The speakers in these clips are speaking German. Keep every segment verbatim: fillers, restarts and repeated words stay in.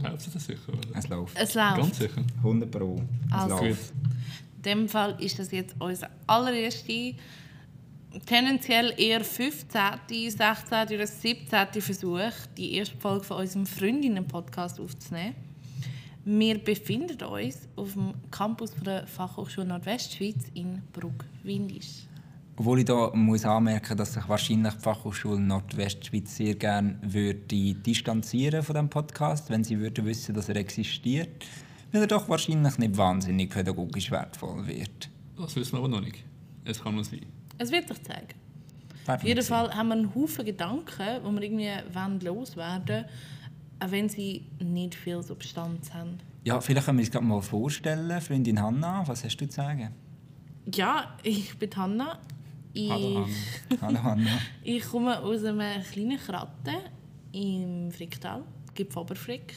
Läuft es das sicher, oder? Es läuft. Es läuft. Ganz sicher. hundert Pro. Es Also, läuft. in dem Fall ist das jetzt unser allererster, tendenziell eher fünfzehnte, sechzehnte oder siebzehnte Versuch, die erste Folge von unserem Freundinnen-Podcast aufzunehmen. Wir befinden uns auf dem Campus der Fachhochschule Nordwestschweiz in Bruck-Windisch. Obwohl ich da muss anmerken, dass sich wahrscheinlich die Fachhochschule Nordwestschweiz sehr gerne würde distanzieren von diesem Podcast, wenn sie würde wissen, dass er existiert, weil er doch wahrscheinlich nicht wahnsinnig pädagogisch wertvoll wird. Das wissen wir aber noch nicht. Es kann noch sein. Es wird sich zeigen. Darf Auf jeden nicht Fall haben wir einen Haufen Gedanken, die wir irgendwie loswerden wollen, auch wenn sie nicht viel Substanz haben. sein. Ja, vielleicht können wir uns gerade mal vorstellen. Freundin Hanna, was hast du zu sagen? Ja, ich bin Hanna. Ich, Hallo, Hanna. Hallo Hanna. ich komme aus einem kleinen Kratten im Fricktal, gibt Oberfrick.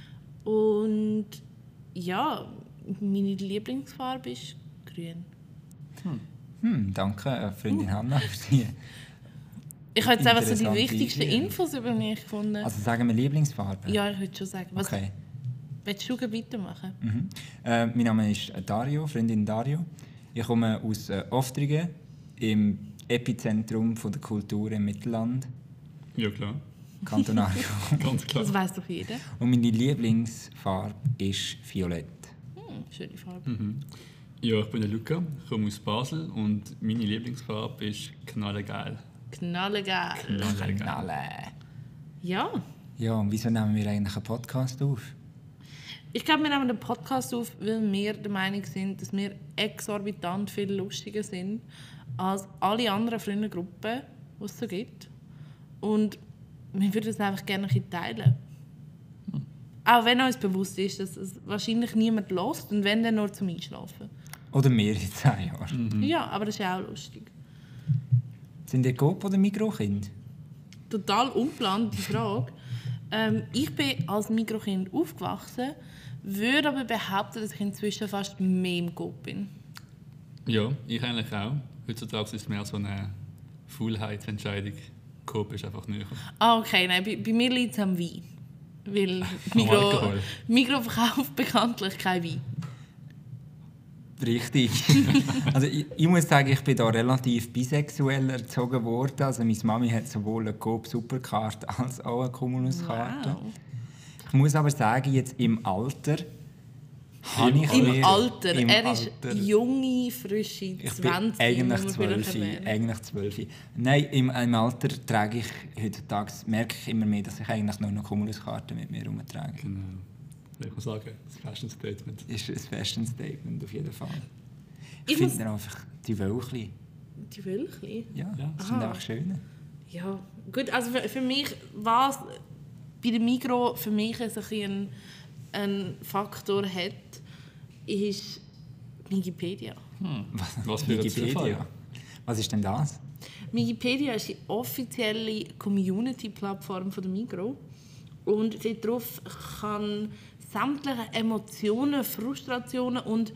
Und ja, meine Lieblingsfarbe ist grün. Hm, danke, Freundin Hanna, für die. Ich habe jetzt einfach so die Interessante wichtigsten Idee. Infos über mich gefunden. Also sagen wir Lieblingsfarbe? Ja, ich würde schon sagen. Was Okay. willst du weitermachen? Mhm. Äh, mein Name ist Dario, Freundin Dario. Ich komme aus äh, Oftringen, im Epizentrum von der Kultur im Mittelland, Ja, klar. Kanton Aargau. Ganz klar. Das weiss doch jeder. Und meine Lieblingsfarbe ist Violett. Hm, schöne Farbe. Mhm. Ja, ich bin der Luca, ich komme aus Basel und meine Lieblingsfarbe ist knallegeil. Knallegeil. Knallegeil. Knalle. Ja. Ja, und wieso nehmen wir eigentlich einen Podcast auf? Ich glaube, wir nehmen den Podcast auf, weil wir der Meinung sind, dass wir exorbitant viel lustiger sind als alle anderen Freundengruppen, die es so gibt. Und wir würden es einfach gerne ein bisschen teilen. Auch wenn uns bewusst ist, dass es wahrscheinlich niemand hört und wenn, dann nur zum Einschlafen. Oder mehr in zehn Jahren. Mhm. Ja, aber das ist auch lustig. Sind ihr Coop- oder Mikrokind? Total ungeplante Frage. Ähm, ich bin als Mikrokind aufgewachsen, würde aber behaupten, dass ich inzwischen fast mehr im Coop bin. Ja, ich eigentlich auch. Heutzutage ist es mehr so eine Faulheitsentscheidung. Coop ist einfach näher. Ah, okay, nein, bei, bei mir liegt es am Wein. Weil Migro, Alkohol. Migro verkauft bekanntlich kein Wein. Richtig. Also ich, ich muss sagen, ich bin da relativ bisexuell erzogen worden. Also meine Mami hat sowohl eine Coop-Superkarte als auch eine Cumulus-Karte. Wow. Ich muss aber sagen, jetzt im Alter habe ich Im mir- Alter. im er ist Alter- junge, frische Ich bin zwanzig. eigentlich muss man vielleicht zwölf. erwähnen. Eigentlich zwölf. Nein, im, im Alter trage ich heutzutage, merke ich immer mehr, dass ich eigentlich nur noch Cumulus-Karten mit mir herumtrage. Genau. Ich muss sagen, das Fashion Statement. Das ist ein Fashion-Statement auf jeden Fall. Ich, Ich finde muss- dann einfach die Wölkchen. Die Wölkchen? Ja, Ja. das sind Aha. einfach schöne. Ja, gut, also für, für mich war es bei der Migro für mich ein, ein, ein Faktor hat, ist Wikipedia. Was für ein Zufall. Was ist denn das? Wikipedia ist die offizielle Community-Plattform von der Migro und darauf kann sämtliche Emotionen, Frustrationen und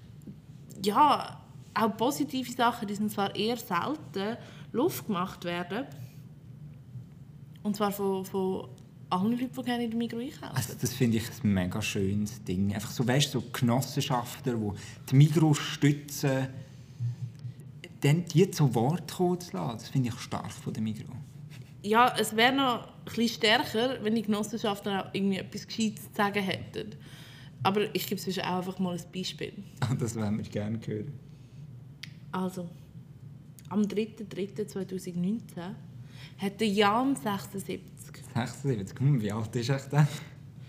ja, auch positive Sachen, die sind zwar eher selten, Luft gemacht werden. Und zwar von, von allen Leuten, die gerne in der Migros einkaufen. Also das finde ich ein mega schönes Ding. Einfach so, weißt, so Genossenschaften, die die Migros stützen, dann die zu Wort kommen zu lassen, das finde ich stark von der Migros. Ja, es wäre noch ein bisschen stärker, wenn die Genossenschaften auch irgendwie etwas Gescheites zu sagen hätten. Aber ich gebe sonst auch einfach mal ein Beispiel. Das wollen wir gerne hören. Also, am dritter dritter zweitausendneunzehn hat der Jan sechsundsiebzig. sechsundsiebzig, hm, wie alt ist echt der?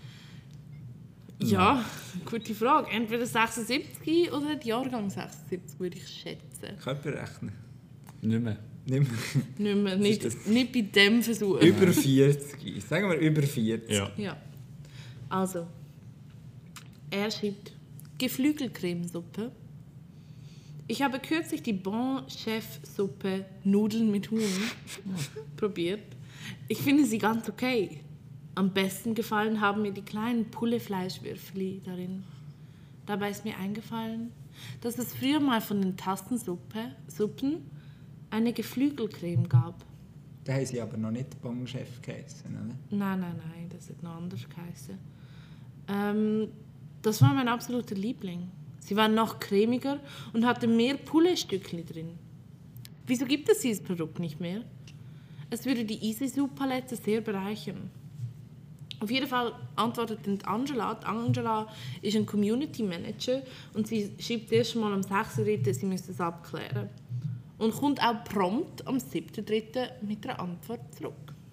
Ja, gute Frage. Entweder sechsundsiebzig oder der Jahrgang sechsundsiebzig, würde ich schätzen. Körper rechnen. Nicht mehr. Nicht mehr. Nicht, mehr, nicht, ist das- nicht bei dem Versuch. Über vierzig. Sagen wir über vierzig. Ja. Ja. Also, er schreibt Geflügelcremesuppe. Ich habe kürzlich die Bon-Chef-Suppe Nudeln mit Huhn probiert. Ich finde sie ganz okay. Am besten gefallen haben mir die kleinen Pullefleischwürfel darin. Dabei ist mir eingefallen, dass es früher mal von den Tassensuppe Suppen eine Geflügelcreme gab. Da haben sie aber noch nicht Bon Chef geheißen, oder? Nein, nein, nein, das hat noch anders geheißen. Ähm, das war mein absoluter Liebling. Sie war noch cremiger und hatte mehr Poulet-Stückchen drin. Wieso gibt es dieses Produkt nicht mehr? Es würde die Easy Soup Palette sehr bereichern. Auf jeden Fall antwortet dann Angela. Die Angela ist ein Community Manager und sie schreibt erst mal am sechsten dritten sie müsse es abklären. Und kommt auch prompt am siebten dritten mit einer Antwort zurück.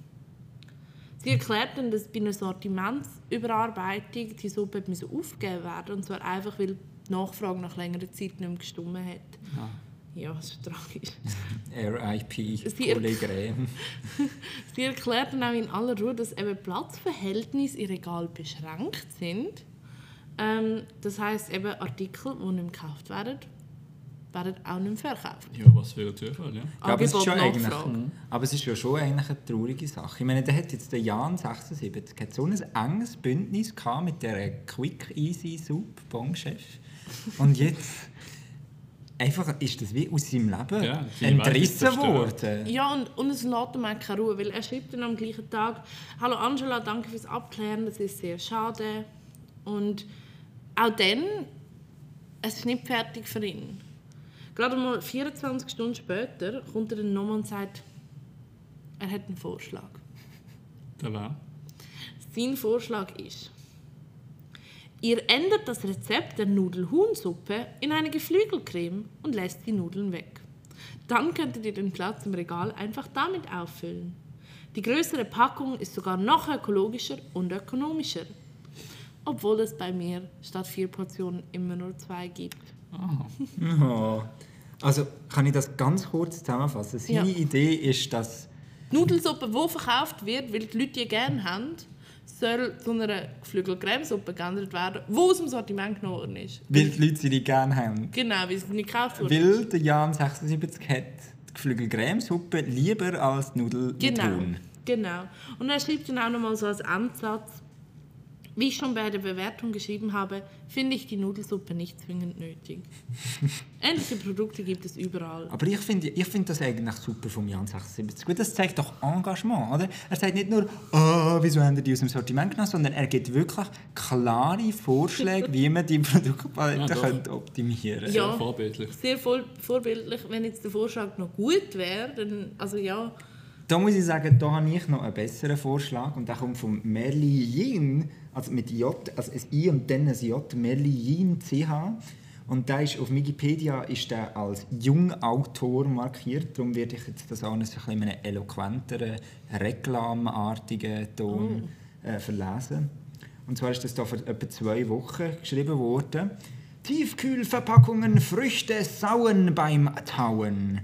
Sie erklärt dann, dass bei einer Sortimentsüberarbeitung die Suppe aufgegeben werden musste. Und zwar einfach, weil die Nachfrage nach längerer Zeit nicht mehr gestimmt hat. Ja. Ja, das ist tragisch. R I P Sie, er Poulet-Creme. Sie erklärt dann auch in aller Ruhe, dass eben Platzverhältnisse im Regal beschränkt sind. Ähm, das heisst, eben Artikel, die nicht mehr gekauft werden, werden auch nicht mehr verkauft. Ja, was für ein Zufall, ja. Ja, aber, es ist schon eigentlich, Nachfrage. aber es ist ja schon eigentlich eine traurige Sache. Ich meine, der hat jetzt der Jan sechsundsiebzig hat so ein enges Bündnis gehabt mit der Quick Easy Soup Bonchef. Und jetzt einfach ist das wie aus seinem Leben Ja, seine Welt ist entrissen zerstört. worden. Ja, und, und es lässt ihm auch keine Ruhe, weil er schreibt dann am gleichen Tag: «Hallo Angela, danke fürs Abklären, das ist sehr schade.» Und auch dann, es ist nicht fertig für ihn. Gerade mal vierundzwanzig Stunden später kommt er dann nochmal und sagt, er hat einen Vorschlag. Da war. Sein Vorschlag ist: Ihr ändert das Rezept der Nudel-Huhn-Suppe in eine Geflügelcreme und lässt die Nudeln weg. Dann könntet ihr den Platz im Regal einfach damit auffüllen. Die größere Packung ist sogar noch ökologischer und ökonomischer. Obwohl es bei mir statt vier Portionen immer nur zwei gibt. Oh. Also kann ich das ganz kurz zusammenfassen. Seine Ja. Idee ist, dass Die Nudelsuppe, die verkauft wird, weil die Leute die gerne haben, soll zu einer Geflügel-Cremesuppe geändert werden, die aus dem Sortiment genommen worden ist. weil die Leute sie nicht gerne haben. Genau, weil sie nicht gekauft wurde. Weil der Jan sechsundsiebzig hat die Geflügel-Cremesuppe lieber als die Nudel mit Genau, Huhn. genau. Und er schreibt dann auch nochmal so als Endsatz: Wie ich schon bei der Bewertung geschrieben habe, finde ich die Nudelsuppe nicht zwingend nötig. Ähnliche Produkte gibt es überall. Aber ich finde ich find das eigentlich super vom Jan sechsundsiebzig. Gut, das zeigt doch Engagement, oder? Er sagt nicht nur, oh, wieso haben die aus dem Sortiment genommen, sondern er gibt wirklich klare Vorschläge, wie man die Produktpalette Ja, doch. könnte optimieren könnte. Ja. Sehr vorbildlich. Sehr voll, vorbildlich. Wenn jetzt der Vorschlag noch gut wäre, dann, also ja, Da muss ich sagen, da habe ich noch einen besseren Vorschlag und der kommt von Merlin, also mit J, also ein I und dann ein J, Merlin C H. Und der ist auf Wikipedia ist der als Jungautor markiert, darum werde ich jetzt das auch ein bisschen in einem eloquenteren, reklamartigen Ton äh, verlesen. Und zwar ist das da vor etwa zwei Wochen geschrieben worden. Tiefkühlverpackungen, Früchte sauen beim Tauen.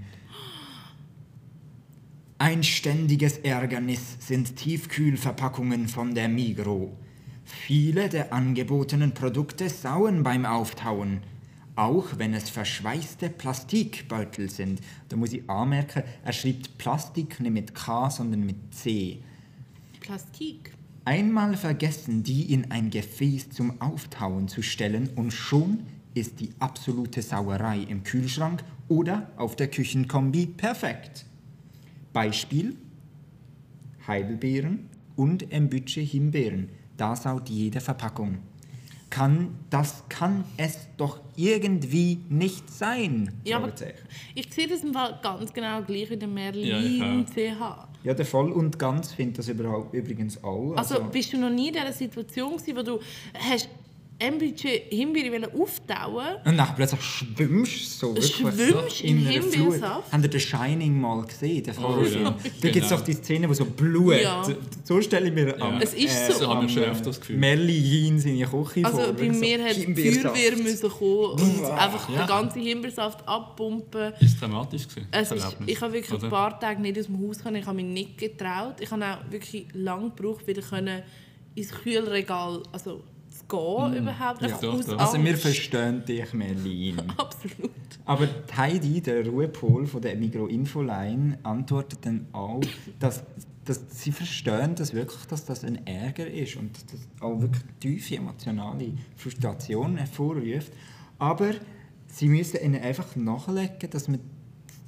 Ein ständiges Ärgernis sind Tiefkühlverpackungen von der Migros. Viele der angebotenen Produkte sauen beim Auftauen, auch wenn es verschweißte Plastikbeutel sind. Da muss ich anmerken, er schreibt Plastik nicht mit K, sondern mit C. Plastik. Einmal vergessen, die in ein Gefäß zum Auftauen zu stellen und schon ist die absolute Sauerei im Kühlschrank oder auf der Küchenkombi perfekt. Beispiel: Heidelbeeren und Embütsche Himbeeren. Da saut jede Verpackung. Kann, das kann es doch irgendwie nicht sein. Ja, aber Fragezeichen. ich sehe das im Fall ganz genau gleich wie der Ja, Merlin ich C H. Ja, der Voll und Ganz findet das überhaupt, übrigens auch. Also bist du noch nie in dieser Situation gewesen, wo du hast Embütsche Himbeere auftauen Und dann plötzlich schwimmst du so wirklich Schwimmst in in einer Flut. Himbeersaft? Habt ihr The Shining mal gesehen, den Horrorfilm? ja. Da gibt es Genau. doch die Szene, wo so Blut... Ja. So stelle ich mir Ja. am, Es ist so. So habe ich schon am, öfter das Gefühl. Merlin seine Küche Also vor. bei wirklich mir hat so die Himbeersaft. Feuerwehr müssen kommen und einfach Ja. den ganzen Himbeersaft abpumpen. Ist dramatisch gewesen? Es das ist, Erlebnis, ich habe wirklich oder? ein paar Tage nicht aus dem Haus können. Ich habe mich nicht getraut. Ich habe auch wirklich lange gebraucht, wieder können ins Kühlregal also zu gehen überhaupt. Ja. Einfach Doch, aus doch. Also wir Angst. verstehen dich, Merlin. Absolut. Aber die Heidi, der Ruhepol von der Migros Infoline, antwortet dann auch, dass, dass sie verstehen, dass, wirklich, dass das ein Ärger ist und dass das auch wirklich tiefe emotionale Frustration hervorruft. Aber sie müssen ihnen einfach nachlegen, dass man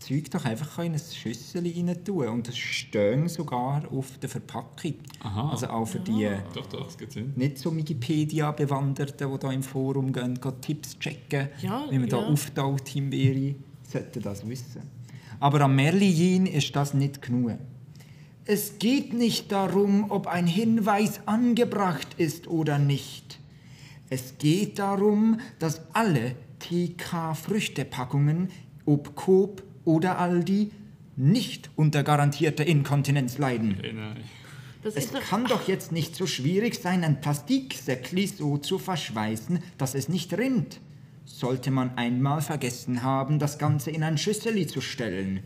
Zeug doch einfach in ein Schüssel rein tun. Und das steht sogar auf der Verpackung. Aha. Also auch für die Doch, doch, das geht Sinn. nicht so Wikipedia-Bewanderten, die da im Forum gehen, gehen Tipps checken, Ja, wie man da ja. auftaucht, Himbeere, sollten das wissen. Aber am Merlin ist das nicht genug. Es geht nicht darum, ob ein Hinweis angebracht ist oder nicht. Es geht darum, dass alle T K-Früchtepackungen, ob Coop oder Aldi, nicht unter garantierter Inkontinenz leiden. Okay, nein. Das Es ist doch, kann doch jetzt nicht so schwierig sein, ein Plastiksäckli so zu verschweißen, dass es nicht rinnt. Sollte man einmal vergessen haben, das Ganze in ein Schüsseli zu stellen.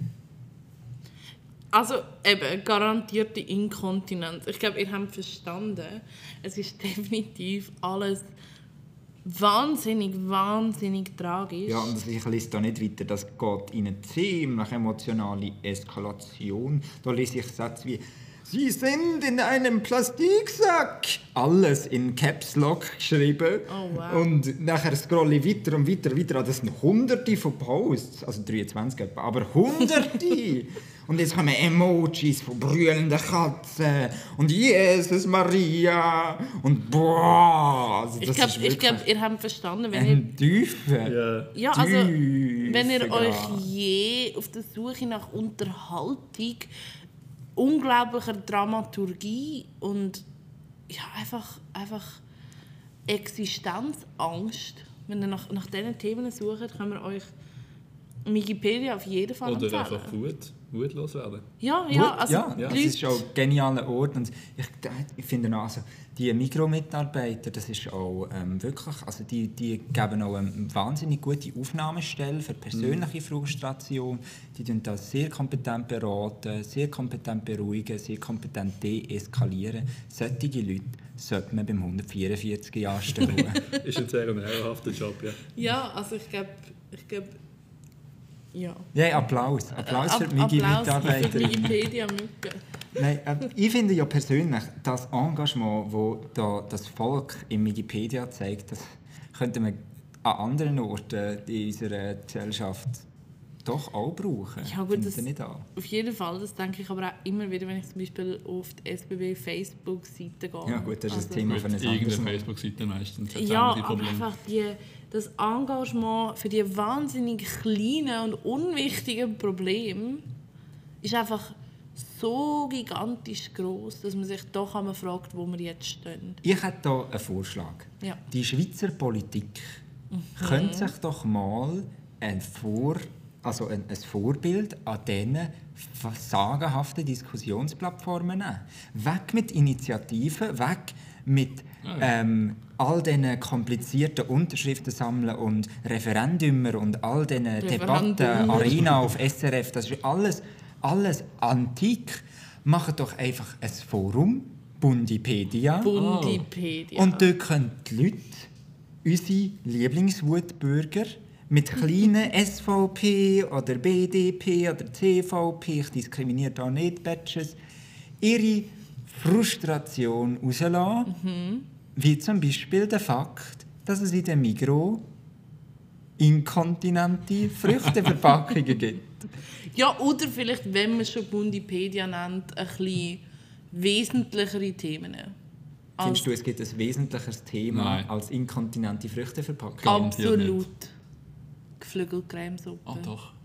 also eben, garantierte Inkontinenz. Ich glaube, ihr habt verstanden, es ist definitiv alles wahnsinnig, wahnsinnig tragisch. Ja, und ich lese da nicht weiter, das geht in ein Thema nach emotionale Eskalation. Da lese ich Sätze wie «Sie sind in einem Plastiksack!» Alles in Caps Lock geschrieben. Oh, wow. Und nachher scrolle ich weiter und weiter und weiter. Das sind hunderte von Posts, also dreiundzwanzig etwa, aber hunderte! Und jetzt kommen Emojis von brüllenden Katzen und Jesus Maria und boah! Also ich das glaube, ist ich wirklich glaub, ihr habt verstanden, wenn ihr ein tiefer, Ja, also wenn ihr tiefer euch Grad. je auf der Suche nach Unterhaltung, unglaublicher Dramaturgie und ja, einfach, einfach Existenzangst, wenn ihr nach, nach diesen Themen sucht, können wir euch Wikipedia auf jeden Fall Oder empfehlen. einfach Wut, wutlos werden. Ja, ja, also ja, die das Leute- ist auch ein genialer Ort. Und ich, ich finde auch, also, die Mikromitarbeiter, das ist auch ähm, wirklich, also die, die geben auch eine wahnsinnig gute Aufnahmestelle für persönliche Frustration. Die tun das sehr kompetent beraten, sehr kompetent beruhigen, sehr kompetent deeskalieren. Solche Leute sollte man beim hundertvierundvierzig anstellen. Ist ein sehr ehrenhafter Job, ja. ja, also ich glaube, ich glaube, ja. Ja, Applaus. Applaus für die Applaus für die Mikromitarbeiter. Wikipedia-Mücke. Nein, äh, ich finde ja persönlich, das Engagement, das da das Volk in Wikipedia zeigt, das könnte man an anderen Orten in unserer Gesellschaft doch auch brauchen. Ja, gut, Findet das- ihr nicht an? Auf jeden Fall, das denke ich aber auch immer wieder, wenn ich zum Beispiel auf die S B B Facebook-Seite gehe. Ja gut, das ist Also- ein Thema für ein anderes Irgendeine Mal. Facebook-Seite meistens. hat Ja, ähnliche aber Probleme. einfach die, das Engagement für die wahnsinnig kleinen und unwichtigen Probleme ist einfach so gigantisch groß, dass man sich doch einmal fragt, wo wir jetzt stehen. Ich hätte hier einen Vorschlag. Ja. Die Schweizer Politik könnte sich doch mal ein, Vor, also ein, ein Vorbild an diesen sagenhaften Diskussionsplattformen nehmen. Weg mit Initiativen, weg mit ähm, all diesen komplizierten Unterschriften sammeln und Referendümer und all diesen Referendum. Debatten, Arena auf S R F, das ist alles, alles antik. Macht doch einfach ein Forum, Bundipedia. Bundipedia. Und dort können die Leute, unsere Lieblingswutbürger, mit kleinen S V P oder B D P oder C V P, ich diskriminiere da nicht, Badges, ihre Frustration rauslassen. Mhm. Wie zum Beispiel der Fakt, dass es in der Migros inkontinente Früchteverpackungen gibt. Ja, oder vielleicht, wenn man schon Bundipedia nennt, ein bisschen wesentlichere Themen. Findest du, es gibt ein wesentlicheres Thema Nein. als inkontinente Früchteverpackungen? Garantiert Absolut. Geflügelcremesuppe. Ah, doch.